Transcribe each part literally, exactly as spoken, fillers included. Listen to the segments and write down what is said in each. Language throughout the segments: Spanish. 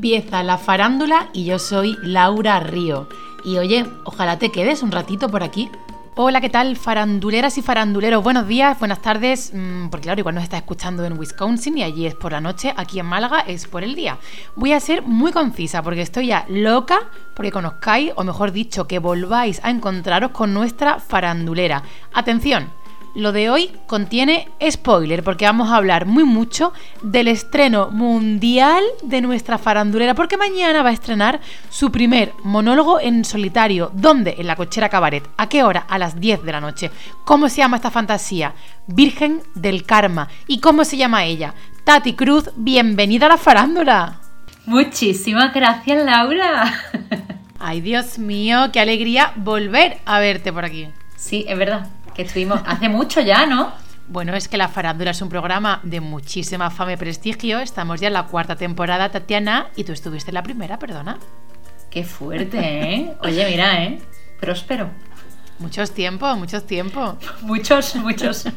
Empieza la farándula y yo soy Laura Río. Y oye, ojalá te quedes un ratito por aquí. Hola, ¿qué tal, faranduleras y faranduleros? Buenos días, buenas tardes, mmm, porque claro, igual nos estás escuchando en Wisconsin y allí es por la noche, aquí en Málaga es por el día. Voy a ser muy concisa porque estoy ya loca porque conozcáis, o mejor dicho, que volváis a encontraros con nuestra farandulera. Atención, lo de hoy contiene spoiler porque vamos a hablar muy mucho del estreno mundial de nuestra farandulera, porque mañana va a estrenar su primer monólogo en solitario. ¿Dónde? En la Cochera Cabaret. ¿A qué hora? A las diez de la noche. ¿Cómo se llama esta fantasía? Virgen del Karma. ¿Y cómo se llama ella? Tati Cruz, bienvenida a la farándula. Muchísimas gracias, Laura. Ay, Dios mío, qué alegría volver a verte por aquí. Sí, es verdad. Que estuvimos hace mucho ya, ¿no? Bueno, es que La Farándula es un programa de muchísima fama y prestigio. Estamos ya en la cuarta temporada, Tatiana, y tú estuviste en la primera, perdona. Qué fuerte, ¿eh? Oye, mira, ¿eh? Próspero. Muchos tiempos, muchos tiempos. Muchos, muchos.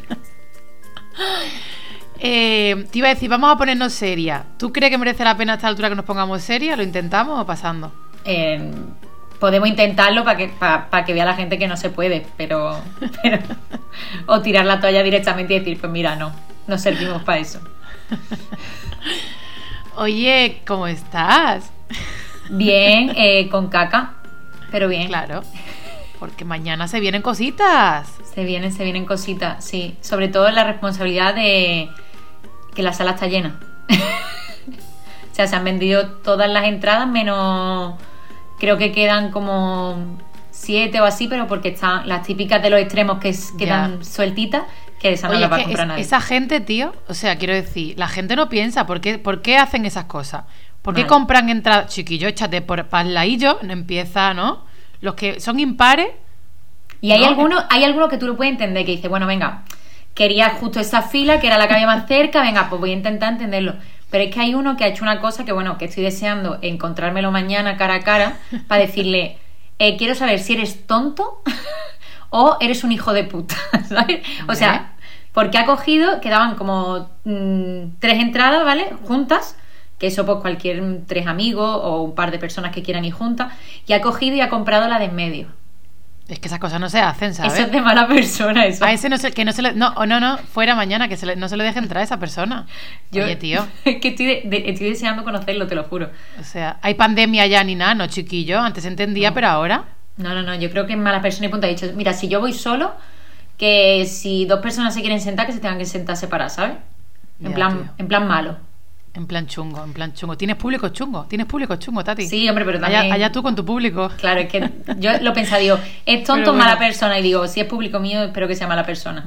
eh, te iba a decir, vamos a ponernos seria. ¿Tú crees que merece la pena a esta altura que nos pongamos seria? ¿Lo intentamos o pasando? Eh... Podemos intentarlo para que, para, para que vea la gente que no se puede, pero, pero... O tirar la toalla directamente y decir, pues mira, no, no servimos para eso. Oye, ¿cómo estás? Bien, eh, con caca, pero bien. Claro, porque mañana se vienen cositas. Se vienen, se vienen cositas, sí. Sobre todo la responsabilidad de que la sala está llena. O sea, se han vendido todas las entradas menos... Creo que quedan como siete o así, pero porque están las típicas de los extremos que es, quedan sueltitas, que esa no Oye, la va a es comprar es, nadie. Esa gente, tío, o sea, quiero decir, la gente no piensa, ¿por qué, por qué hacen esas cosas? ¿Por qué Vale. compran entradas? Chiquillo, échate por para el ladillo, no empieza, ¿no? Los que son impares. Y hay ¿no? algunos, hay algunos que tú lo puedes entender, que dice, bueno, venga, quería justo esa fila, que era la que había más cerca, venga, pues voy a intentar entenderlo. Pero es que hay uno que ha hecho una cosa que, bueno, que estoy deseando encontrármelo mañana cara a cara para decirle, eh, quiero saber si eres tonto o eres un hijo de puta, ¿sabes? O sea, porque ha cogido, quedaban como mmm, tres entradas, ¿vale? Juntas, que eso pues cualquier tres amigos o un par de personas que quieran ir juntas, y ha cogido y ha comprado la de en medio. Es que esas cosas no se hacen, ¿sabes? Eso es de mala persona, eso. A ese no se, que no se le... No, no, no, fuera mañana, que se le, no se le deje entrar a esa persona. Yo, Oye, tío. Es que estoy, de, de, estoy deseando conocerlo, te lo juro. O sea, hay pandemia ya ni nada, no, chiquillo. Antes se entendía, no. Pero ahora... No, no, no, yo creo que es mala persona y punto. Ha dicho, mira, si yo voy solo, que si dos personas se quieren sentar, que se tengan que sentar separadas, ¿sabes? En, ya, plan, en plan malo. En plan chungo, en plan chungo. ¿Tienes público chungo? ¿Tienes público chungo, Tati? Sí, hombre, pero también... Allá, allá tú con tu público. Claro, es que yo lo pensaba, digo, es tonto o bueno. Mala persona. Y digo, si es público mío, espero que sea mala persona.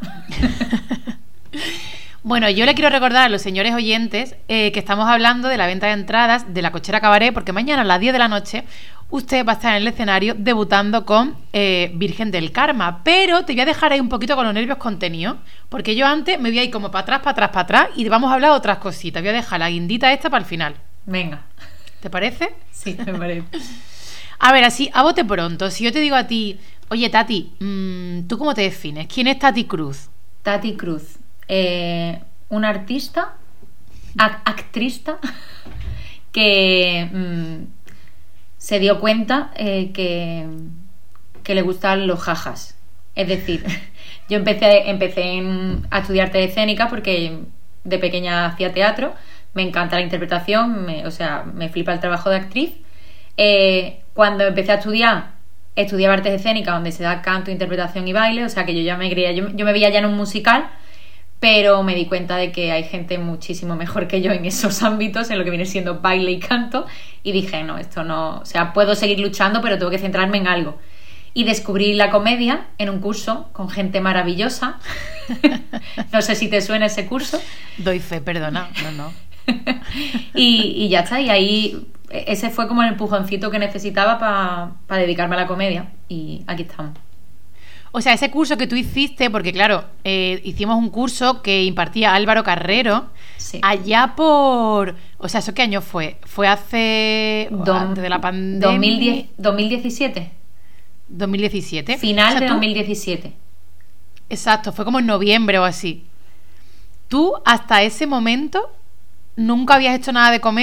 Bueno, yo le quiero recordar a los señores oyentes eh, que estamos hablando de la venta de entradas de la Cochera Cabaret, porque mañana a las diez de la noche usted va a estar en el escenario debutando con eh, Virgen del Karma. Pero te voy a dejar ahí un poquito con los nervios contenidos, porque yo antes me voy a ir como para atrás, para atrás, para atrás, y vamos a hablar de otras cositas. Voy a dejar la guindita esta para el final. Venga. ¿Te parece? Sí, me parece. A ver, así, a bote pronto, si yo te digo a ti, oye, Tati, mmm, ¿tú cómo te defines? ¿Quién es Tati Cruz? Tati Cruz, eh, una artista, act- actrista, que... Mmm, se dio cuenta eh, que, que le gustan los jajas. Es decir, yo empecé, empecé en, a estudiar arte escénica porque de pequeña hacía teatro, me encanta la interpretación, me, o sea, me flipa el trabajo de actriz. Eh, cuando empecé a estudiar, estudiaba artes escénicas donde se da canto, interpretación y baile, o sea que yo ya me creía, yo, yo me veía ya en un musical, pero me di cuenta de que hay gente muchísimo mejor que yo en esos ámbitos, en lo que viene siendo baile y canto, y dije, no, esto no, o sea, puedo seguir luchando, pero tengo que centrarme en algo. Y descubrí la comedia en un curso con gente maravillosa. No sé si te suena ese curso. Doy fe, perdona, no, no. y, y ya está, y ahí ese fue como el empujoncito que necesitaba para pa dedicarme a la comedia, y aquí estamos. O sea, ese curso que tú hiciste, porque claro, eh, hicimos un curso que impartía Álvaro Carrero, sí. Allá por... O sea, ¿eso qué año fue? Fue hace... Do, antes de la pandemia... dos mil diez, dos mil diecisiete. dos mil diecisiete. Final, o sea, de tú, dos mil diecisiete. Exacto, fue como en noviembre o así. ¿Tú hasta ese momento nunca habías hecho nada de comedia?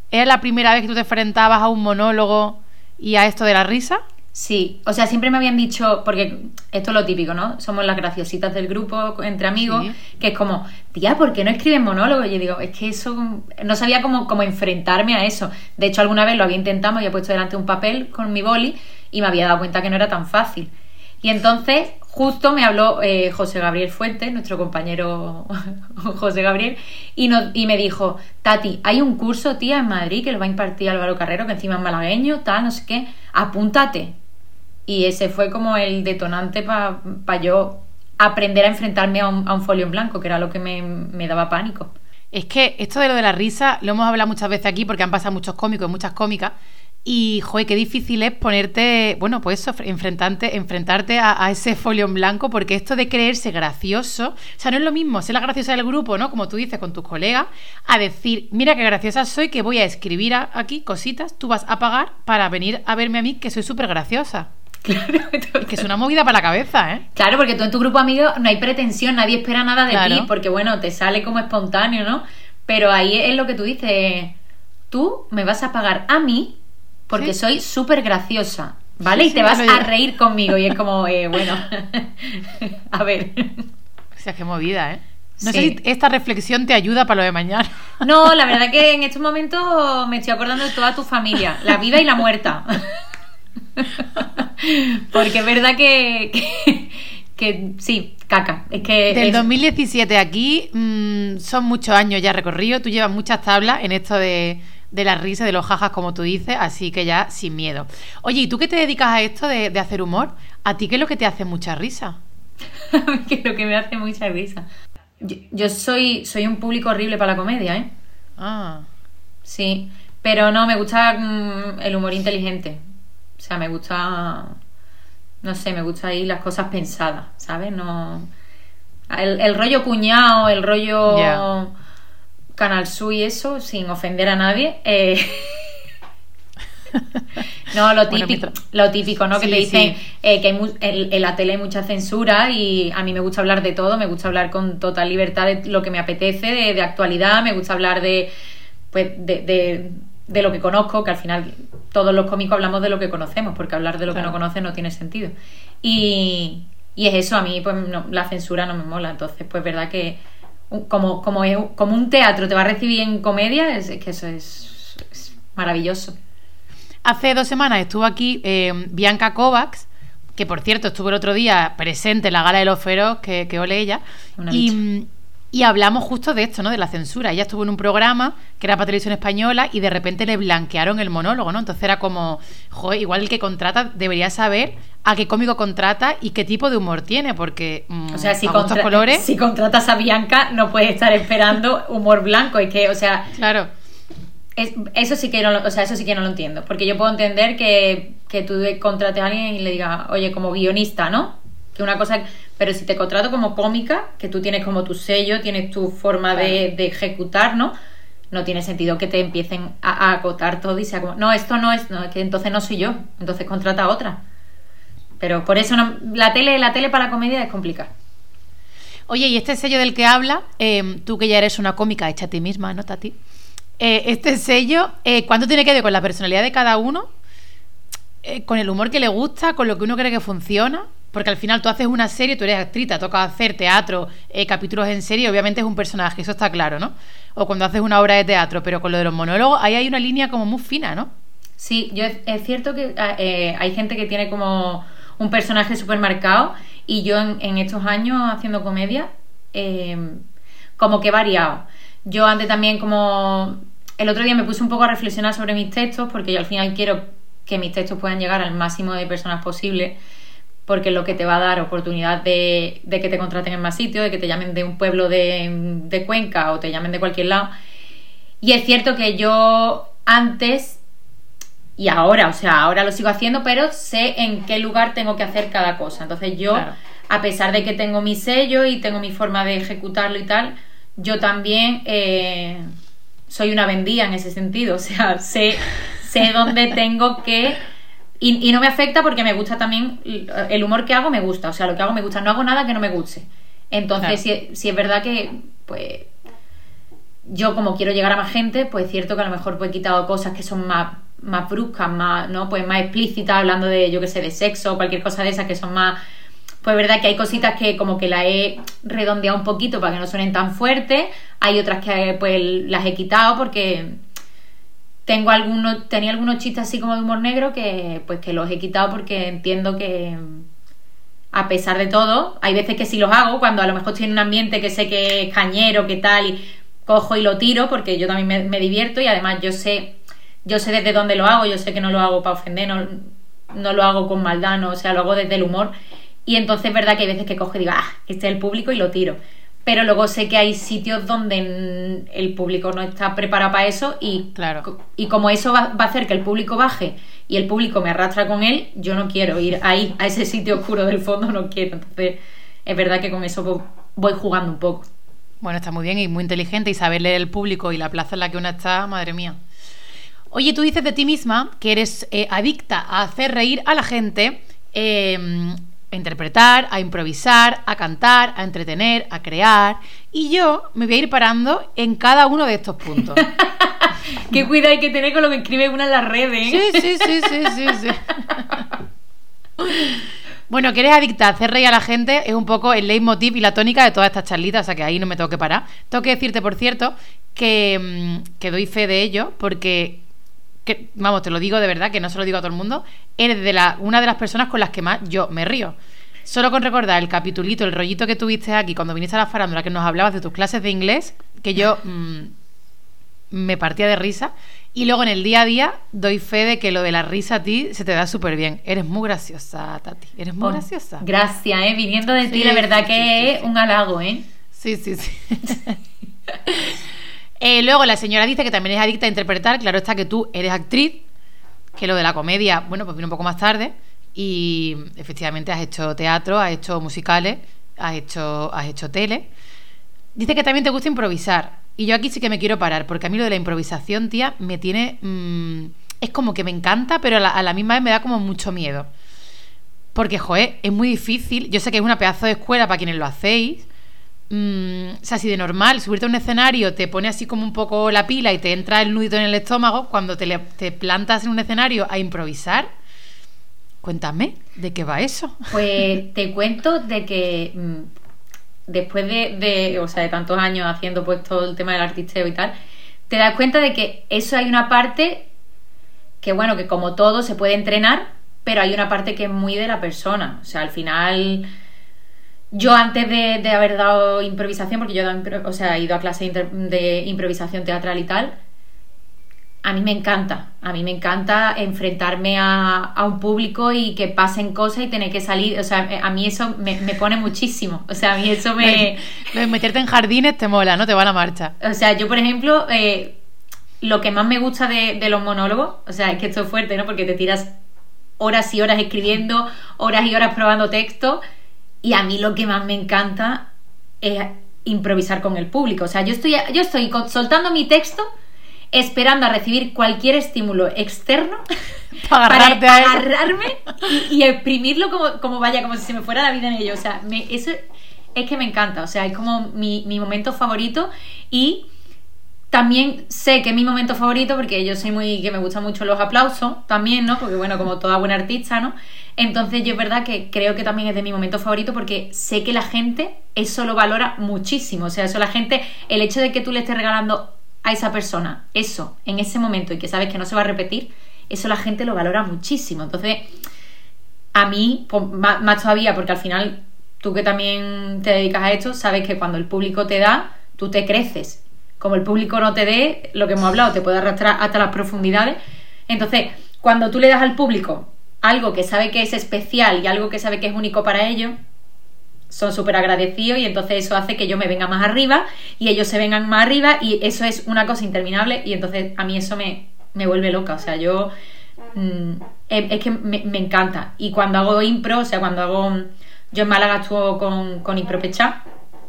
¿Era la primera vez que tú te enfrentabas a un monólogo y a esto de la risa? Sí, o sea, siempre me habían dicho, porque esto es lo típico, ¿no? Somos las graciositas del grupo entre amigos, sí. Que es como, tía, ¿por qué no escribes monólogos? Y yo digo, es que eso, no sabía cómo, cómo enfrentarme a eso. De hecho, alguna vez lo había intentado, me había puesto delante un papel con mi boli y me había dado cuenta que no era tan fácil. Y entonces, justo me habló eh, José Gabriel Fuentes, nuestro compañero José Gabriel, y, nos, y me dijo, Tati, hay un curso, tía, en Madrid que lo va a impartir Álvaro Carrero, que encima es malagueño, tal, no sé qué, apúntate. Y ese fue como el detonante para pa yo aprender a enfrentarme a un, a un folio en blanco, que era lo que me, me daba pánico. Es que esto de lo de la risa lo hemos hablado muchas veces aquí porque han pasado muchos cómicos y muchas cómicas. Y, joder, qué difícil es ponerte, bueno, pues eso, enfrentarte, enfrentarte a, a ese folio en blanco, porque esto de creerse gracioso, o sea, no es lo mismo ser la graciosa del grupo, ¿no? Como tú dices con tus colegas, a decir, mira qué graciosa soy, que voy a escribir a, aquí cositas, tú vas a pagar para venir a verme a mí, que soy súper graciosa. Claro, es que es una movida para la cabeza, ¿eh? Claro, porque tú en tu grupo de amigos no hay pretensión, nadie espera nada de claro. ti, porque bueno, te sale como espontáneo, ¿no? Pero ahí es lo que tú dices, tú me vas a pagar a mí porque ¿sí? Soy súper graciosa, ¿vale? Sí, y te sí, vas a reír conmigo y es como, eh, bueno, a ver. O sea, qué movida, ¿eh? No sí. sé si esta reflexión te ayuda para lo de mañana. No, la verdad que en estos momentos me estoy acordando de toda tu familia, la viva y la muerta. Porque es verdad que, que, que sí, caca. Es que del es... dos mil diecisiete aquí mmm, son muchos años ya recorridos. Tú llevas muchas tablas en esto de, de la risa, de los jajas, como tú dices, así que ya sin miedo. Oye, ¿y tú qué te dedicas a esto de, de hacer humor? ¿A ti qué es lo que te hace mucha risa? A mí qué es lo que me hace mucha risa. Yo, yo soy, soy un público horrible para la comedia, ¿eh? Ah. Sí, pero no, me gusta mmm, el humor inteligente. O sea, me gusta, no sé, me gusta ahí las cosas pensadas, ¿sabes? No, el, el rollo cuñado, el rollo yeah. Canal Sur y eso, sin ofender a nadie. Eh... no, lo típico, bueno, lo típico, ¿no? Sí, que te dicen sí. eh, que hay mu- en, en la tele hay mucha censura y a mí me gusta hablar de todo, me gusta hablar con total libertad de lo que me apetece, de, de actualidad, me gusta hablar de, pues, de, de, de lo que conozco, que al final todos los cómicos hablamos de lo que conocemos, porque hablar de lo claro. que no conoces no tiene sentido. Y, y es eso, a mí pues no, la censura no me mola, entonces pues verdad que como, como, como un teatro te va a recibir en comedia, es, es que eso es, es maravilloso. Hace dos semanas estuvo aquí eh, Bianca Kovacs, que por cierto estuvo el otro día presente en la Gala de los Feroz, que, que ole ella, y, y hablamos justo de esto, ¿no? De la censura. Ella estuvo en un programa que era para Televisión Española y de repente le blanquearon el monólogo, ¿no? Entonces era como, joder, igual el que contrata debería saber a qué cómico contrata y qué tipo de humor tiene, porque mmm, o sea, si, a contra- colores... si contratas a Bianca no puedes estar esperando humor blanco, es que, o sea... Claro. Es, eso sí que no lo, o sea, eso sí que no lo entiendo, porque yo puedo entender que, que tú contrates a alguien y le digas, oye, como guionista, ¿no? Que una cosa, pero si te contrato como cómica, que tú tienes como tu sello, tienes tu forma claro. de, de ejecutar, ¿no? No tiene sentido que te empiecen a, a acotar todo y sea como, no, esto no es, no, es que entonces no soy yo, entonces contrata a otra. Pero por eso no, la tele, la tele para la comedia es complicada. Oye, y este sello del que habla, eh, tú que ya eres una cómica hecha a ti misma, ¿no, Tati? Eh, este sello, eh, ¿cuánto tiene que ver con la personalidad de cada uno? Eh, con el humor que le gusta, con lo que uno cree que funciona, porque al final tú haces una serie, tú eres actriz, te toca hacer teatro, eh, capítulos en serie, obviamente es un personaje, eso está claro, ¿no? O cuando haces una obra de teatro, pero con lo de los monólogos ahí hay una línea como muy fina, ¿no? Sí, yo es, es cierto que eh, hay gente que tiene como un personaje súper marcado y yo en, en estos años haciendo comedia eh, como que he variado. Yo antes también como... El otro día me puse un poco a reflexionar sobre mis textos, porque yo al final quiero que mis textos puedan llegar al máximo de personas posible, porque es lo que te va a dar oportunidad de, de que te contraten en más sitios, de que te llamen de un pueblo de, de Cuenca o te llamen de cualquier lado. Y es cierto que yo antes y ahora, o sea, ahora lo sigo haciendo, pero sé en qué lugar tengo que hacer cada cosa. Entonces yo, claro. a pesar de que tengo mi sello y tengo mi forma de ejecutarlo y tal, yo también... Eh, soy una vendía en ese sentido, o sea, sé, sé dónde tengo que... Y, y no me afecta porque me gusta también, el humor que hago me gusta, o sea, lo que hago me gusta, no hago nada que no me guste. Entonces, claro. si, si es verdad que, pues, yo como quiero llegar a más gente, pues es cierto que a lo mejor pues he quitado cosas que son más, más bruscas, más, ¿no? Pues más explícitas, hablando de, yo qué sé, de sexo o cualquier cosa de esas que son más... Pues verdad que hay cositas que como que las he redondeado un poquito para que no suenen tan fuertes, hay otras que pues las he quitado porque tengo algunos, tenía algunos chistes así como de humor negro que pues que los he quitado porque entiendo que a pesar de todo, hay veces que sí los hago cuando a lo mejor estoy en un ambiente que sé que es cañero, que tal, y cojo y lo tiro porque yo también me, me divierto y además yo sé, yo sé desde dónde lo hago, yo sé que no lo hago para ofender, no, no lo hago con maldad, no, o sea, lo hago desde el humor. Y entonces es verdad que hay veces que cojo y digo, ah, este es el público y lo tiro. Pero luego sé que hay sitios donde el público no está preparado para eso y, claro. y como eso va, va a hacer que el público baje y el público me arrastra con él, yo no quiero ir ahí, a ese sitio oscuro del fondo, no quiero. Entonces es verdad que con eso voy jugando un poco. Bueno, está muy bien y muy inteligente y saber leer el público y la plaza en la que una está, madre mía. Oye, tú dices de ti misma que eres eh, adicta a hacer reír a la gente, eh, a interpretar, a improvisar, a cantar, a entretener, a crear. Y yo me voy a ir parando en cada uno de estos puntos. Qué cuidado hay que tener con lo que escribe una en las redes. Sí, sí, sí, sí, sí, sí. Bueno, que eres adicta a hacer reír a la gente es un poco el leitmotiv y la tónica de todas estas charlitas, o sea que ahí no me tengo que parar. Tengo que decirte, por cierto, que, que doy fe de ello, porque... Que, vamos, te lo digo de verdad, que no se lo digo a todo el mundo, eres de la, una de las personas con las que más yo me río. Solo con recordar el capitulito, el rollito que tuviste aquí cuando viniste a la farándula, que nos hablabas de tus clases de inglés, que yo mmm, me partía de risa. Y luego en el día a día doy fe de que lo de la risa a ti se te da súper bien. Eres muy graciosa, Tati, eres muy oh, graciosa. Gracias, ¿eh? Viniendo de sí, ti, la verdad sí, que sí, es sí. un halago, ¿eh? Sí, sí, sí. Eh, luego la señora dice que también es adicta a interpretar. Claro está que tú eres actriz, que lo de la comedia, bueno, pues vino un poco más tarde. Y efectivamente has hecho teatro, has hecho musicales, has hecho, has hecho tele. Dice que también te gusta improvisar. Y yo aquí sí que me quiero parar, porque a mí lo de la improvisación, tía, me tiene... Mmm, es como que me encanta, pero a la, a la misma vez me da como mucho miedo. Porque, joder, es muy difícil. Yo sé que es una pedazo de escuela para quienes lo hacéis. Mm, o sea, si de normal subirte a un escenario te pone así como un poco la pila y te entra el nudito en el estómago, cuando te, le, te plantas en un escenario a improvisar, cuéntame, ¿de qué va eso? Pues te cuento de que mmm, después de, de, o sea, de tantos años haciendo pues todo el tema del artisteo y tal, te das cuenta de que eso hay una parte que, bueno, que como todo se puede entrenar, pero hay una parte que es muy de la persona. O sea, al final... Yo antes de, de haber dado improvisación, porque yo he, dado, o sea, he ido a clase de, de improvisación teatral y tal, a mí me encanta, a mí me encanta enfrentarme a, a un público y que pasen cosas y tener que salir, o sea, a mí eso me, me pone muchísimo, o sea, a mí eso me... Lo de meterte en jardines te mola, ¿no? Te va a la marcha. O sea, yo por ejemplo, eh, lo que más me gusta de, de los monólogos, o sea, es que esto es fuerte, ¿no? Porque te tiras horas y horas escribiendo, horas y horas probando texto. Y a mí lo que más me encanta es improvisar con el público. O sea, yo estoy, yo estoy soltando mi texto esperando a recibir cualquier estímulo externo para, para agarrarme y, y exprimirlo como, como vaya, como si se me fuera la vida en ello. O sea, me, eso es que me encanta. O sea, es como mi, mi momento favorito. Y también sé que es mi momento favorito porque yo soy muy... que me gustan mucho los aplausos también, ¿no? Porque bueno, como toda buena artista, ¿no? Entonces yo es verdad que creo que también es de mi momento favorito porque sé que la gente eso lo valora muchísimo. O sea, eso la gente... El hecho de que tú le estés regalando a esa persona eso en ese momento y que sabes que no se va a repetir, eso la gente lo valora muchísimo. Entonces, a mí, pues, más, más todavía, porque al final tú que también te dedicas a esto, sabes que cuando el público te da, tú te creces. Como el público no te dé, lo que hemos hablado, te puede arrastrar hasta las profundidades. Entonces, cuando tú le das al público algo que sabe que es especial y algo que sabe que es único para ellos, son súper agradecidos y entonces eso hace que yo me venga más arriba y ellos se vengan más arriba y eso es una cosa interminable y entonces a mí eso me, me vuelve loca. O sea, yo... Mmm, es, es que me, me encanta. Y cuando hago impro, o sea, cuando hago... Yo en Málaga estuve con, con Impropechá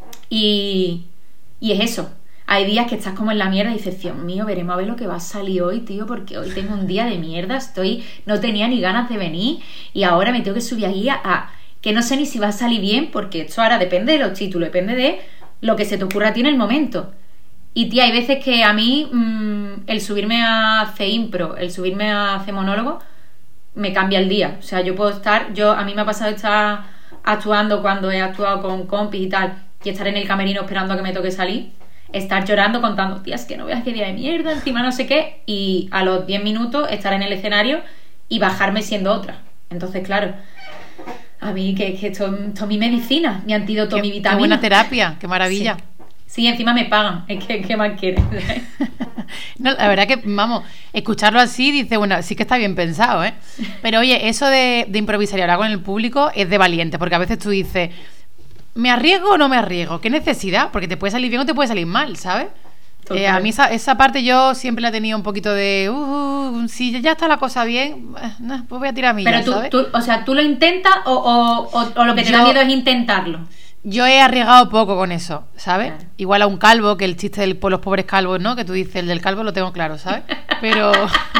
y, y es eso. Hay días que estás como en la mierda y dices, Dios mío, veremos a ver lo que va a salir hoy, tío, porque hoy tengo un día de mierda, estoy, no tenía ni ganas de venir y ahora me tengo que subir aquí a, a que no sé ni si va a salir bien, porque esto ahora depende de los títulos, depende de lo que se te ocurra a ti en el momento. Y tía, hay veces que a mí mmm, el subirme a hacer impro, el subirme a hacer monólogo, me cambia el día. O sea, yo puedo estar, yo a mí me ha pasado estar actuando cuando he actuado con compis y tal, y estar en el camerino esperando a que me toque salir, estar llorando contando, tía, es que no veas qué día de mierda, encima no sé qué, y a los diez minutos estar en el escenario y bajarme siendo otra. Entonces, claro, a mí que, que esto, esto es mi medicina, mi antídoto, qué, mi vitamina. Qué buena terapia, qué maravilla. Sí. Sí, encima me pagan. Es que, ¿qué más quieres? No, la verdad que, vamos, escucharlo así, dice, bueno, sí que está bien pensado, ¿eh? Pero oye, eso de, de improvisar y hablar con el público es de valiente, porque a veces tú dices, ¿me arriesgo o no me arriesgo? ¿Qué necesidad? Porque te puede salir bien o te puede salir mal, ¿sabes? Eh, a mí esa, esa parte yo siempre la he tenido un poquito de, uh, si ya está la cosa bien, pues voy a tirar millas, Pero tú, ¿sabes? tú, o sea, ¿tú lo intentas o, o, o, o lo que te yo, da miedo es intentarlo? Yo he arriesgado poco con eso, ¿sabes? Claro. Igual a un calvo, que el chiste de los pobres calvos, ¿no? Que tú dices, el del calvo lo tengo claro, ¿sabes? Pero...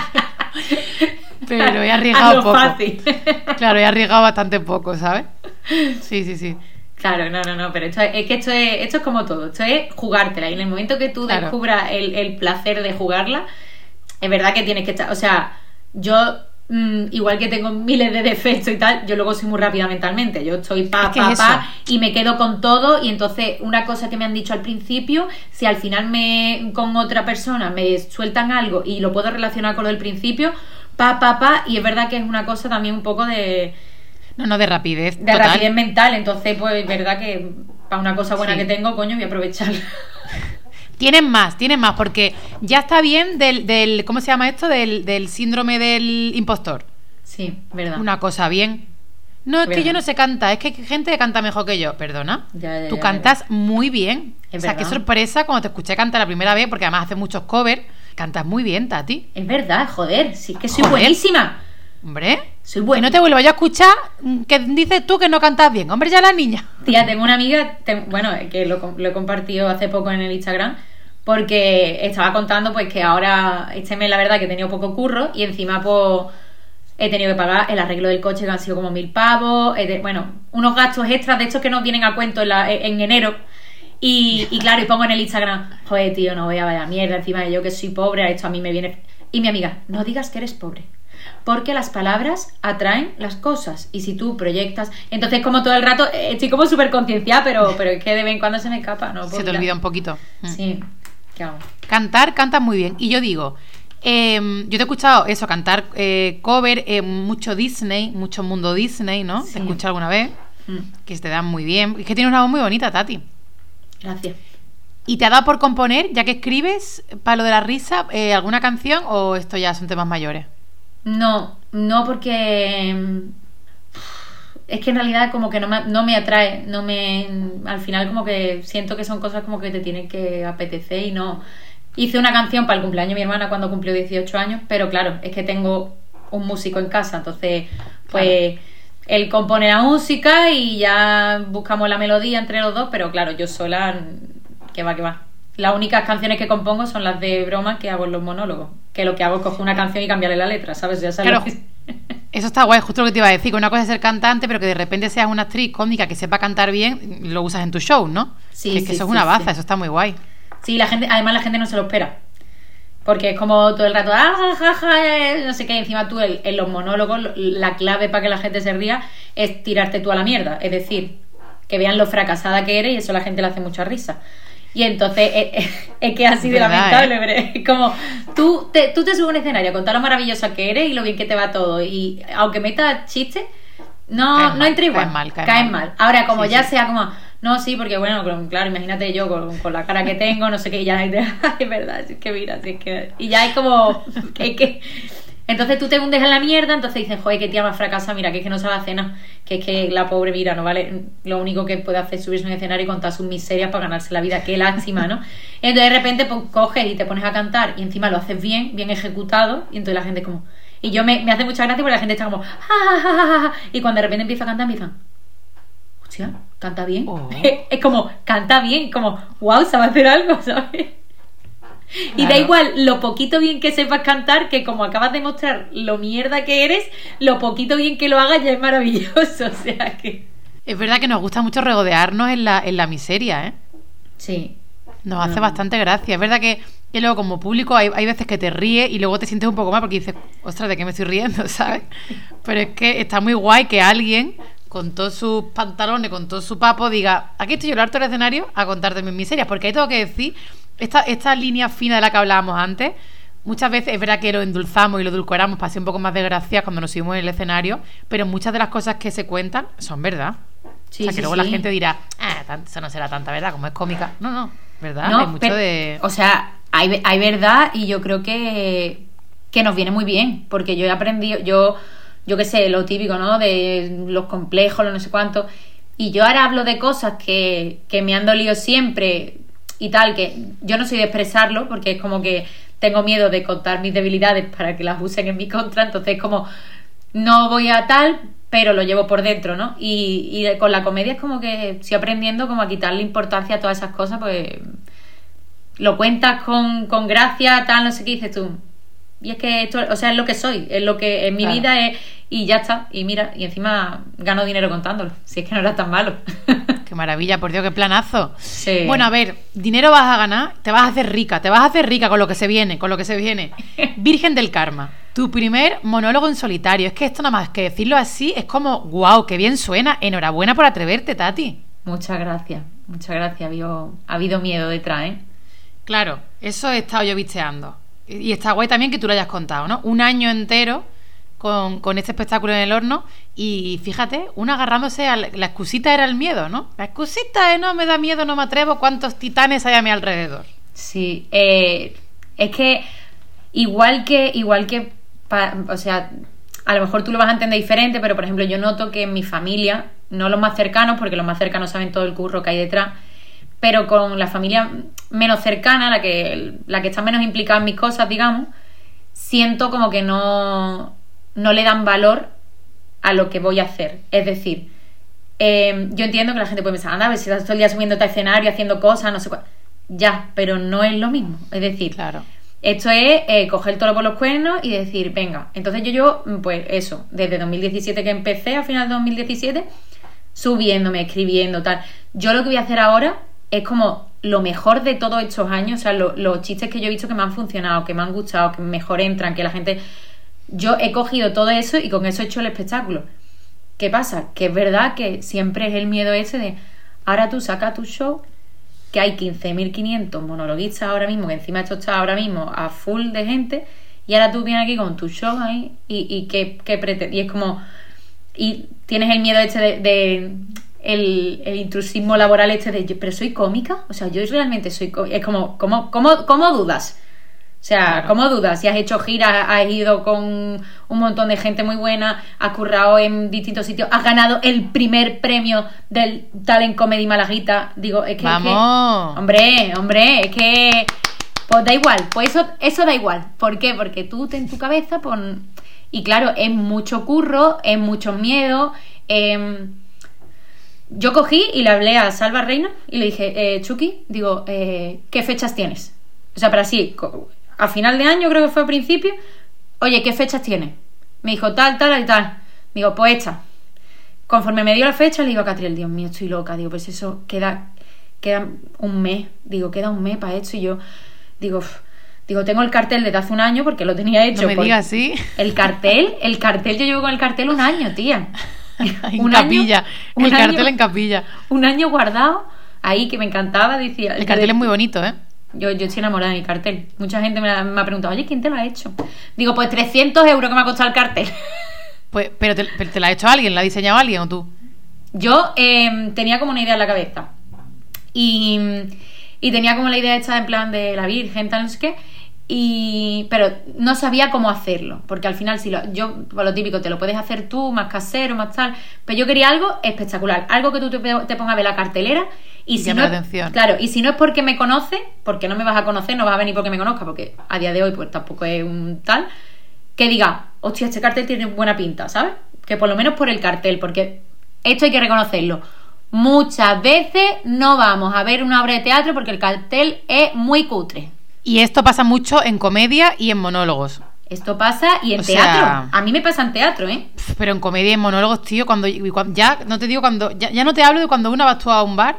pero he arriesgado poco. Fácil. Claro, he arriesgado bastante poco, ¿sabes? Sí, sí, sí. Claro, no, no, no, pero esto es, es que esto es, esto es como todo, esto es jugártela, y en el momento que tú Claro. descubras el, el placer de jugarla, es verdad que tienes que estar, o sea, yo... igual que tengo miles de defectos y tal, yo luego soy muy rápida mentalmente, yo estoy pa, Es que pa, es pa y me quedo con todo, y entonces una cosa que me han dicho al principio, si al final me con otra persona me sueltan algo y lo puedo relacionar con lo del principio, pa, pa, pa, y es verdad que es una cosa también un poco de... No, no, de rapidez de total. rapidez mental, entonces pues es verdad que para una cosa buena Sí. que tengo, coño, voy a aprovecharla. Tienen más, tienen más, porque ya está bien del, del ¿cómo se llama esto? Del, del síndrome del impostor. Sí, verdad. Una cosa bien. No, es Verdad. que yo no sé cantar, es que hay gente que canta mejor que yo. Perdona. Ya, ya, Tú ya, cantas verdad. muy bien. Es o sea, qué verdad. sorpresa cuando te escuché cantar la primera vez, porque además haces muchos covers. Cantas muy bien, Tati. Es verdad, joder, sí que soy Joder. buenísima. Hombre. Soy Que buena. no te vuelva yo a escuchar que dices tú que no cantas bien. Hombre, ya la niña. Tía, tengo una amiga, te- bueno, que lo, lo he compartido hace poco en el Instagram, porque estaba contando pues que ahora, este mes la verdad que he tenido poco curro, y encima pues he tenido que pagar el arreglo del coche, que han sido como mil pavos, he de- bueno, unos gastos extras de estos que nos vienen a cuento en, la- en enero. Y, y claro, y pongo en el Instagram, joder, tío, no voy a vaya mierda, encima de yo que soy pobre, esto a mí me viene... Y mi amiga, no digas que eres pobre, porque las palabras atraen las cosas, y si tú proyectas... Entonces como todo el rato, eh, estoy como súper concienciada, pero, pero es que de vez en cuando se me escapa, ¿no? Se te olvida un poquito. Mm. Sí, ¿qué hago? Cantar, cantas muy bien. Y yo digo, eh, yo te he escuchado eso, cantar eh, cover, eh, mucho Disney, mucho mundo Disney, ¿no? Sí. Te he escuchado alguna vez, Mm, que se te dan muy bien. Es que tienes una voz muy bonita, Tati. gracias. ¿Y te ha dado por componer, ya que escribes, para lo de la risa, eh, alguna canción o esto ya son temas mayores? No, no porque... mm, Es que en realidad como que no me, no me atrae, no me... Al final como que siento que son cosas como que te tienen que apetecer y no... Hice una canción para el cumpleaños de mi hermana cuando cumplió dieciocho años, pero claro, es que tengo un músico en casa, entonces pues él compone la música y ya buscamos la melodía entre los dos, pero claro, yo sola, que va, que va. Las únicas canciones que compongo son las de broma que hago en los monólogos, que lo que hago es coger una canción y cambiarle la letra, ¿sabes? Ya sabes Claro. lo que- Eso está guay, justo lo que te iba a decir, que una cosa es ser cantante, pero que de repente seas una actriz cómica que sepa cantar bien, lo usas en tu show, ¿no? Sí, que, es que sí, eso es sí, una baza, sí. eso está muy guay. Sí, la gente, además la gente no se lo espera. Porque es como todo el rato, ah, ja, ja, ja, eh", no sé qué, encima tú el- en los monólogos, lo- la clave para que la gente se ría es tirarte tú a la mierda. Es decir, que vean lo fracasada que eres, y eso a la gente le hace mucha risa. Y entonces eh, eh, es que es así de Verdad, lamentable, ¿eh? pero es como tú te, tú te subes a un escenario con todo lo maravillosa que eres y lo bien que te va todo. Y aunque metas chistes, no, Caes no mal, entra igual. caes mal, caes caes mal. mal. Ahora, como Sí, ya sí. sea como, no, sí, porque bueno, con- claro, imagínate yo con, con la cara que tengo, no sé qué, y ya es de, "Ay, es verdad, si es que mira, si es que. Y ya es como, que, que. Entonces tú te hundes en la mierda, entonces dicen, joder, qué tía más fracasa, mira, que es que no sabe hacer nada, que es que la pobre, mira, no vale, lo único que puede hacer es subirse a un escenario y contar sus miserias para ganarse la vida, qué lástima, ¿no? Entonces de repente pues, coges y te pones a cantar y encima lo haces bien, bien ejecutado, y entonces la gente es como. Y yo me, me hace mucha gracia porque la gente está como, "Ja, ja, ja, ja, ja", y cuando de repente empieza a cantar, empiezan, hostia, canta bien. Oh. Es como, canta bien, como, wow, sabe hacer algo, ¿sabes? Y da Claro. igual lo poquito bien que sepas cantar, que como acabas de mostrar lo mierda que eres, lo poquito bien que lo hagas ya es maravilloso. O sea que. Es verdad que nos gusta mucho regodearnos en la, en la miseria, ¿eh? Sí. Nos hace bastante gracia. Es verdad que, que luego como público hay, hay veces que te ríes y luego te sientes un poco mal porque dices, ostras, ¿de qué me estoy riendo? ¿Sabes? Pero es que está muy guay que alguien con todos sus pantalones, con todo su papo, diga, aquí estoy yo al alto del escenario a contarte mis miserias. Porque hay todo que decir, esta, esta línea fina de la que hablábamos antes, muchas veces es verdad que lo endulzamos y lo edulcoramos para ser un poco más de gracia cuando nos subimos en el escenario, pero muchas de las cosas que se cuentan son verdad. Sí, o sea, que sí, luego sí. La gente dirá, ah, eso no será tanta verdad, como es cómica. No, no, ¿verdad? No, hay mucho pero, de... O sea, hay, hay verdad y yo creo que, que nos viene muy bien, porque yo he aprendido, yo, yo qué sé, lo típico, ¿no? De los complejos, lo no sé cuánto, y yo ahora hablo de cosas que, que me han dolido siempre y tal, que yo no soy de expresarlo, porque es como que tengo miedo de contar mis debilidades para que las usen en mi contra, entonces como no voy a tal... pero lo llevo por dentro, ¿no? Y, y con la comedia es como que estoy aprendiendo como a quitarle importancia a todas esas cosas, pues lo cuentas con, con gracia, tal, no sé qué, dices tú. Y es que esto, o sea, es lo que soy, es lo que en mi claro. vida es, y ya está, y mira, y encima gano dinero contándolo, si es que no era tan malo. Qué maravilla, por Dios, qué planazo. Sí. Bueno, a ver, dinero vas a ganar, te vas a hacer rica, te vas a hacer rica con lo que se viene, con lo que se viene. Virgen del Karma. Tu primer monólogo en solitario. Es que esto nada más que decirlo así es como, wow, qué bien suena. Enhorabuena por atreverte, Tati. Muchas gracias, muchas gracias. Ha habido, ha habido miedo detrás, ¿eh? Claro, eso he estado yo visteando. Y está guay también que tú lo hayas contado, ¿no? Un año entero con, con este espectáculo en el horno. Y fíjate, uno agarrándose a la, la excusita era el miedo, ¿no? La excusita de no me da miedo, no me atrevo. ¿Cuántos titanes hay a mi alrededor? Sí, eh, es que igual que igual que Pa, o sea, a lo mejor tú lo vas a entender diferente, pero por ejemplo yo noto que en mi familia, no los más cercanos, porque los más cercanos saben todo el curro que hay detrás, pero con la familia menos cercana, la que, la que está menos implicada en mis cosas, digamos, siento como que no, no le dan valor a lo que voy a hacer. Es decir, eh, yo entiendo que la gente puede pensar, anda, a ver si estás todo el día subiéndote a escenario, haciendo cosas, no sé cuál. Ya, pero no es lo mismo. Es decir, claro. Esto es eh, coger el toro por los cuernos y decir, venga, entonces yo yo, pues eso, desde dos mil diecisiete que empecé, a final de dos mil diecisiete, subiéndome, escribiendo, tal. Yo lo que voy a hacer ahora es como lo mejor de todos estos años, o sea, lo, los chistes que yo he visto que me han funcionado, que me han gustado, que mejor entran, que la gente... Yo he cogido todo eso y con eso he hecho el espectáculo. ¿Qué pasa? Que es verdad que siempre es el miedo ese de, ahora tú sacas tu show... que hay quince mil quinientos monologuistas ahora mismo, que encima esto está ahora mismo a full de gente, y ahora tú vienes aquí con tu show ahí y, y que, que pretendes, y es como, y tienes el miedo este de, de el, el intrusismo laboral este de, pero soy cómica, o sea, yo realmente soy cómica, es como, ¿cómo, cómo, cómo dudas? O sea, claro. ¿Cómo dudas? Si has hecho giras, has ido con un montón de gente muy buena, has currado en distintos sitios, has ganado el primer premio del Talent Comedy Malaguita. Digo, es que... ¡Vamos! Es que, hombre, hombre, es que... Pues da igual, pues eso, eso da igual. ¿Por qué? Porque tú te en tu cabeza pon... Y claro, es mucho curro, es mucho miedo. Eh... Yo cogí y le hablé a Salva Reina y le dije, eh, Chucky, digo, eh, ¿qué fechas tienes? O sea, para así... A final de año, creo que fue a principio. Oye, ¿qué fechas tienes? Me dijo tal, tal y tal. Digo, pues esta. Conforme me dio la fecha, le digo a Catriel, Dios mío, estoy loca. Digo, pues eso, queda, queda un mes. Digo, queda un mes para esto. Y yo, digo, uf, digo, tengo el cartel desde hace un año porque lo tenía hecho. No me digas así. El cartel, el cartel, yo llevo con el cartel un año, tía. En un capilla. Año, el un cartel año, en capilla. Un año guardado ahí que me encantaba. Decía, el cartel de... es muy bonito, ¿eh? Yo, yo estoy enamorada de mi cartel. Mucha gente me ha, me ha preguntado, oye, ¿quién te lo ha hecho? Digo, pues trescientos euros que me ha costado el cartel. Pues, pero te, pero te la ha hecho alguien, ¿la ha diseñado alguien o tú? Yo eh, tenía como una idea en la cabeza. Y, y tenía como la idea hecha en plan de la Virgen, tal, no sé qué. Y, pero no sabía cómo hacerlo. Porque al final, si lo, yo, por lo típico, te lo puedes hacer tú, más casero, más tal. Pero yo quería algo espectacular. Algo que tú te, te pongas a ver la cartelera. Y si no, atención. Claro, y si no es porque me conoce, porque no me vas a conocer, no vas a venir porque me conozca, porque a día de hoy pues tampoco es un tal, que diga, hostia, este cartel tiene buena pinta, ¿sabes? Que por lo menos por el cartel, porque esto hay que reconocerlo. Muchas veces no vamos a ver una obra de teatro porque el cartel es muy cutre. Y esto pasa mucho en comedia y en monólogos. Esto pasa y en o teatro. Sea, a mí me pasa en teatro, ¿eh? Pero en comedia y en monólogos, tío, cuando, cuando ya no te digo cuando ya, ya no te hablo de cuando una va tú a un bar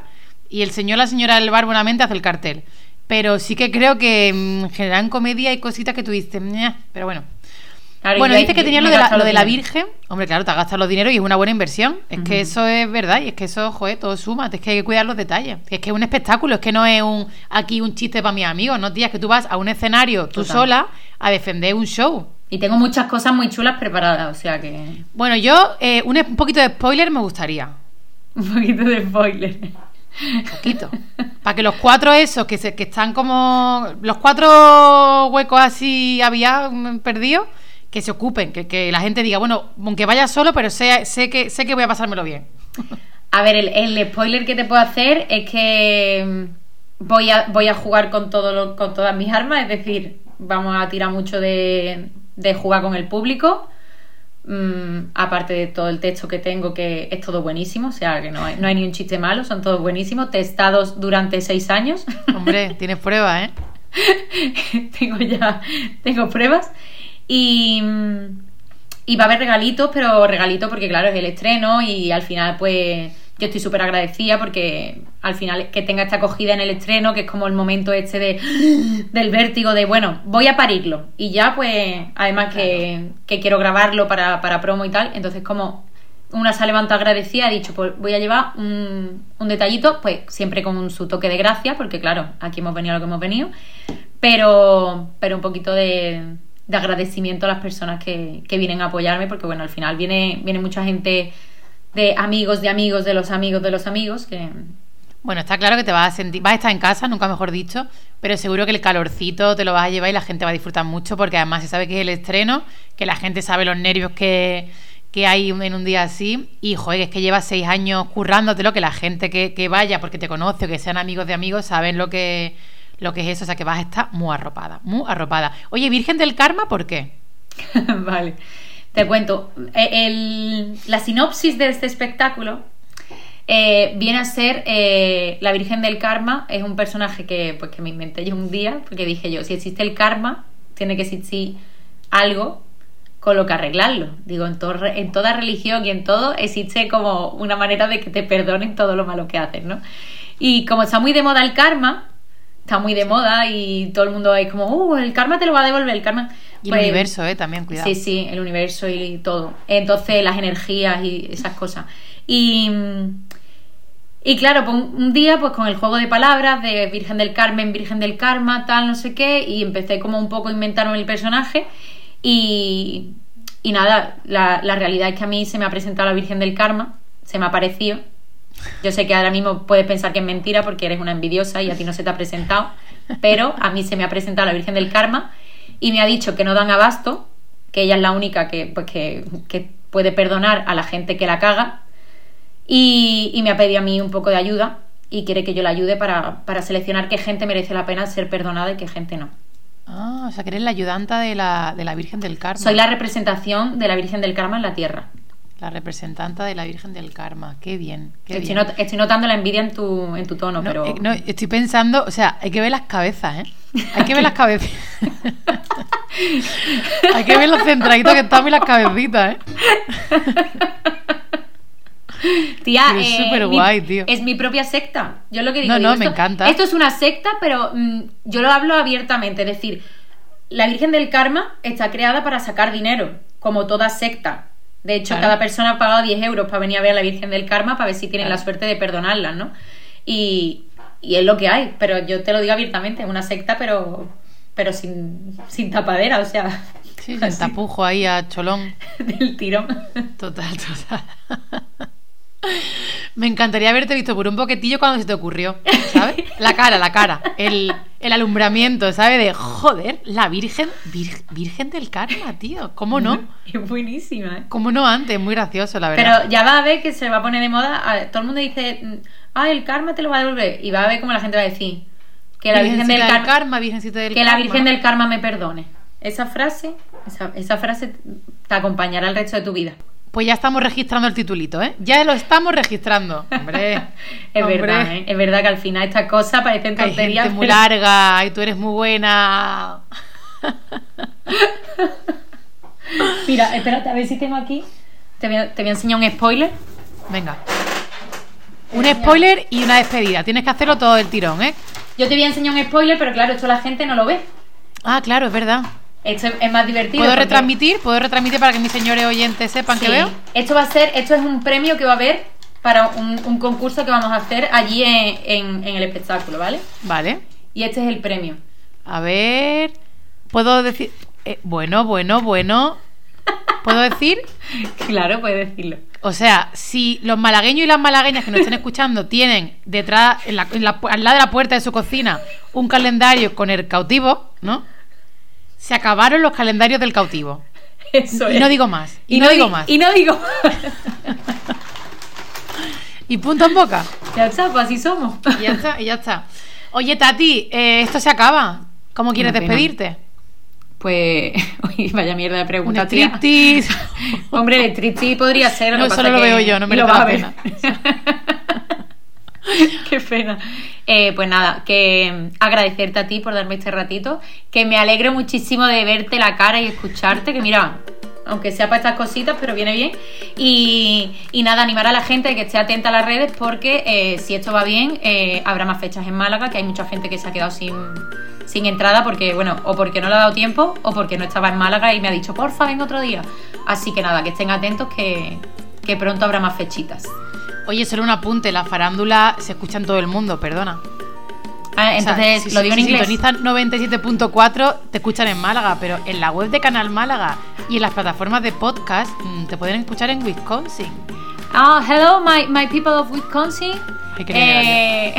Y el señor o la señora del bar buenamente hace el cartel. Pero sí que creo que en general en comedia hay cositas que tú dices, "Ña", pero bueno. Claro, Bueno, yo- dices que yo- tenías me lo de la, gasto lo los de la dineros. Virgen. Hombre, claro, te has gastado los dineros y es una buena inversión. Es Ujú. que eso es verdad y es que eso, joder, todo suma. Es que hay que cuidar los detalles. Es que es un espectáculo, es que no es un aquí un chiste para mis amigos, no, tía, es que tú vas a un escenario tú Total. sola a defender un show. Y tengo muchas cosas muy chulas preparadas, o sea que... Bueno, yo eh, un, un poquito de spoiler me gustaría. Un poquito de spoiler. Un poquito. Para que los cuatro esos que, se, que están como... Los cuatro huecos así había perdidos, que se ocupen, que, que la gente diga, bueno, aunque vaya solo, pero sé, sé, que, sé que voy a pasármelo bien. A ver, el, el spoiler que te puedo hacer es que mm, voy a, voy a jugar con, todo lo- con todas mis armas, es decir, vamos a tirar mucho de, de jugar con el público. Mm, aparte de todo el texto que tengo, que es todo buenísimo, o sea, que no hay, no hay ni un chiste malo, son todos buenísimos, testados durante seis años. Hombre, tienes pruebas, ¿eh? tengo ya tengo pruebas y, y va a haber regalitos, pero regalitos porque claro es el estreno y al final pues yo estoy súper agradecida porque al final que tenga esta acogida en el estreno, que es como el momento este de del vértigo de bueno, voy a parirlo y ya pues además que, que quiero grabarlo para, para promo y tal, entonces como una se ha levantado agradecida, ha dicho pues voy a llevar un, un detallito, pues siempre con su toque de gracia, porque claro, aquí hemos venido a lo que hemos venido, pero, pero un poquito de, de agradecimiento a las personas que, que vienen a apoyarme, porque bueno, al final viene, viene mucha gente de amigos de amigos de los amigos de los amigos que... Bueno, está claro que te vas a sentir, vas a estar en casa, nunca mejor dicho, pero seguro que el calorcito te lo vas a llevar y la gente va a disfrutar mucho, porque además se sabe que es el estreno, que la gente sabe los nervios que, que hay en un día así, y joder, es que llevas seis años currándotelo, que la gente que, que vaya porque te conoce o que sean amigos de amigos saben lo que, lo que es eso, o sea que vas a estar muy arropada, muy arropada. Oye, Virgen del Karma, ¿por qué? Vale, te cuento. El, la sinopsis de este espectáculo eh, viene a ser eh, la Virgen del Karma. Es un personaje que, pues, que me inventé yo un día, porque dije yo, si existe el karma, tiene que existir algo con lo que arreglarlo. Digo, en, to, en toda religión y en todo existe como una manera de que te perdonen todo lo malo que haces, ¿no? Y como está muy de moda el karma, está muy de moda y todo el mundo es como, uh, el karma te lo va a devolver, el karma... Y Pues, el universo, eh, también, cuidado. Sí, sí, el universo y todo. Entonces, las energías y esas cosas. Y, y claro, pues un, un día, pues con el juego de palabras de Virgen del Carmen, Virgen del Karma, tal, no sé qué, y empecé como un poco a inventarme el personaje. Y, y nada, la, la realidad es que a mí se me ha presentado la Virgen del Karma, se me ha aparecido. Yo sé que ahora mismo puedes pensar que es mentira porque eres una envidiosa y a ti no se te ha presentado, pero a mí se me ha presentado la Virgen del Karma y me ha dicho que no dan abasto, que ella es la única que, pues, que, que puede perdonar a la gente que la caga, y, y me ha pedido a mí un poco de ayuda y quiere que yo la ayude para, para seleccionar qué gente merece la pena ser perdonada y qué gente no. Ah, o sea que eres la ayudanta de la, de la Virgen del Karma. Soy la representación de la Virgen del Karma en la tierra. La representante de la Virgen del Karma. Qué bien, qué Estoy, bien. not- estoy notando la envidia en tu, en tu tono, No, pero... eh, no, estoy pensando, o sea, hay que ver las cabezas, ¿eh? Hay que ver las cabezas. Hay que ver los centraditos que están y las cabecitas, ¿eh? Tía, Pero es eh, súper mi- guay, tío. es mi propia secta. Yo lo que digo, No, no, digo, me esto- encanta. Esto es una secta, pero mm, yo lo hablo abiertamente. Es decir, la Virgen del Karma está creada para sacar dinero, como toda secta. De hecho, Claro. cada persona ha pagado diez euros para venir a ver a la Virgen del Karma para ver si tienen Claro. la suerte de perdonarla, ¿no? Y, y es lo que hay, pero yo te lo digo abiertamente, es una secta, pero, pero sin, sin tapadera, o sea, Sí, el así, tapujo ahí a cholón. del tirón. Total, total. Me encantaría haberte visto por un poquetillo cuando se te ocurrió, ¿sabes? La cara, la cara. El, el alumbramiento, ¿sabes? De, joder, la Virgen, vir- Virgen del Karma, tío. ¿Cómo no? Es buenísima, ¿eh? ¿Cómo no antes? Muy gracioso, la verdad. Pero ya va a ver que se va a poner de moda. a- Todo el mundo dice, ah, el karma te lo va a devolver. Y va a ver cómo la gente va a decir que la Virgen del Virgencita Karma, Karma, Virgencita del que la Karma. Virgen del Karma me perdone. Esa frase, esa, esa frase te acompañará el resto de tu vida. Pues ya estamos registrando el titulito, ¿eh? Ya lo estamos registrando. Hombre, Es hombre, verdad, ¿eh? Es verdad que al final estas cosas parecen que hay tonterías. gente muy pero- larga y tú eres muy buena. Mira, espérate, a ver si tengo aquí. Te voy a, te voy a enseñar un spoiler. Venga. Un spoiler y una despedida. Tienes que hacerlo todo el tirón, ¿eh? Yo te voy a enseñar un spoiler, pero claro, esto la gente no lo ve. Ah, claro, es verdad. Esto es más divertido. ¿Puedo porque... retransmitir? ¿Puedo retransmitir para que mis señores oyentes sepan sí. que veo? Esto va a ser, esto es un premio que va a haber para un, un concurso que vamos a hacer allí en, en, en el espectáculo, ¿vale? Vale. Y este es el premio. A ver... ¿Puedo decir...? Eh, bueno, bueno, bueno... ¿Puedo decir? Claro, puedes decirlo. O sea, si los malagueños y las malagueñas que nos estén escuchando tienen detrás, en la, en la, al lado de la puerta de su cocina, un calendario con el cautivo, ¿no? Se acabaron los calendarios del cautivo. Eso es. Y no digo más. Y, y no, no digo di- más. Y no digo Y punto en boca. Ya está, pues así somos. Y ya está, y ya está. Oye, Tati, eh, esto se acaba. ¿Cómo quieres Una pena. despedirte? Pues, oye, vaya mierda de Un pregunta, tía. striptease. Hombre, el striptease podría ser. No, que eso pasa no lo que- veo yo, no y merece lo vas la a ver. Qué pena. Eh, pues nada, que agradecerte a ti por darme este ratito, que me alegro muchísimo de verte la cara y escucharte, que mira, aunque sea para estas cositas, pero viene bien. Y, y nada, animar a la gente a que esté atenta a las redes, porque eh, si esto va bien, eh, habrá más fechas en Málaga, que hay mucha gente que se ha quedado sin, sin entrada, porque bueno, o porque no le ha dado tiempo, o porque no estaba en Málaga y me ha dicho, porfa, ven otro día. Así que nada, que estén atentos, que, que pronto habrá más fechitas. Oye, solo un apunte. La farándula se escucha en todo el mundo, perdona. Ah, entonces, o sea, si, lo digo si en inglés. sintonizan noventa y siete punto cuatro, te escuchan en Málaga, pero en la web de Canal Málaga y en las plataformas de podcast mmm, te pueden escuchar en Wisconsin. Ah, hello, my, my people of Wisconsin. Ay, qué Eh,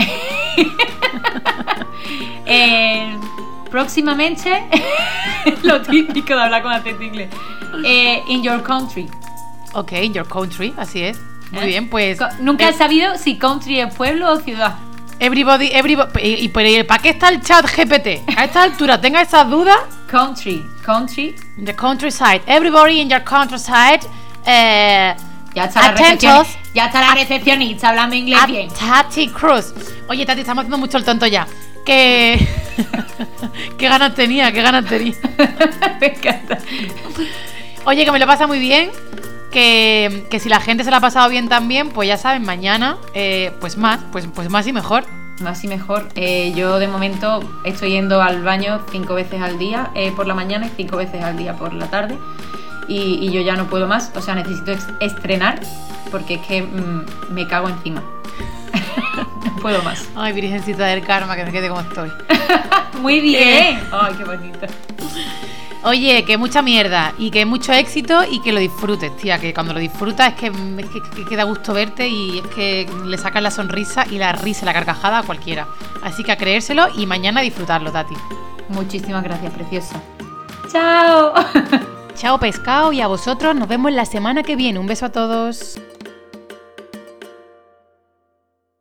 eh, próximamente, lo típico de hablar con acento inglés. Eh, in your country. Ok, in your country, así es. Muy ¿Eh? bien, pues... Co- Nunca eh, he sabido si country es pueblo o ciudad. Everybody, everybody... ¿Y, y, pero para qué está el chat G P T? A esta altura, tenga esas dudas. Country, country. In the countryside. Everybody in your countryside. Eh, Ya está la Atentos. recepcionista, ya está la recepcionista hablando inglés a bien. Tati Cruz. Oye, Tati, estamos haciendo mucho el tonto ya. Que... ¿Qué ganas tenía? ¿Qué ganas tenía? Me encanta. Oye, que me lo pasa muy bien. Que, que si la gente se la ha pasado bien también, pues ya saben, mañana, eh, pues más, pues, pues más y mejor. Más y mejor. Eh, yo de momento estoy yendo al baño cinco veces al día eh, por la mañana y cinco veces al día por la tarde. Y, y yo ya no puedo más. O sea, necesito ex- estrenar porque es que mm, me cago encima. No puedo más. Ay, virgencita del karma, que me quede como estoy. Muy bien. Ay, qué bonito. Oye, que mucha mierda y que mucho éxito y que lo disfrutes, tía. Que cuando lo disfrutas es que, es que, que, que da gusto verte y es que le sacas la sonrisa y la risa, la carcajada a cualquiera. Así que a creérselo y mañana a disfrutarlo, Tati. Muchísimas gracias, preciosa. Chao. Chao, pescado, y a vosotros nos vemos la semana que viene. Un beso a todos.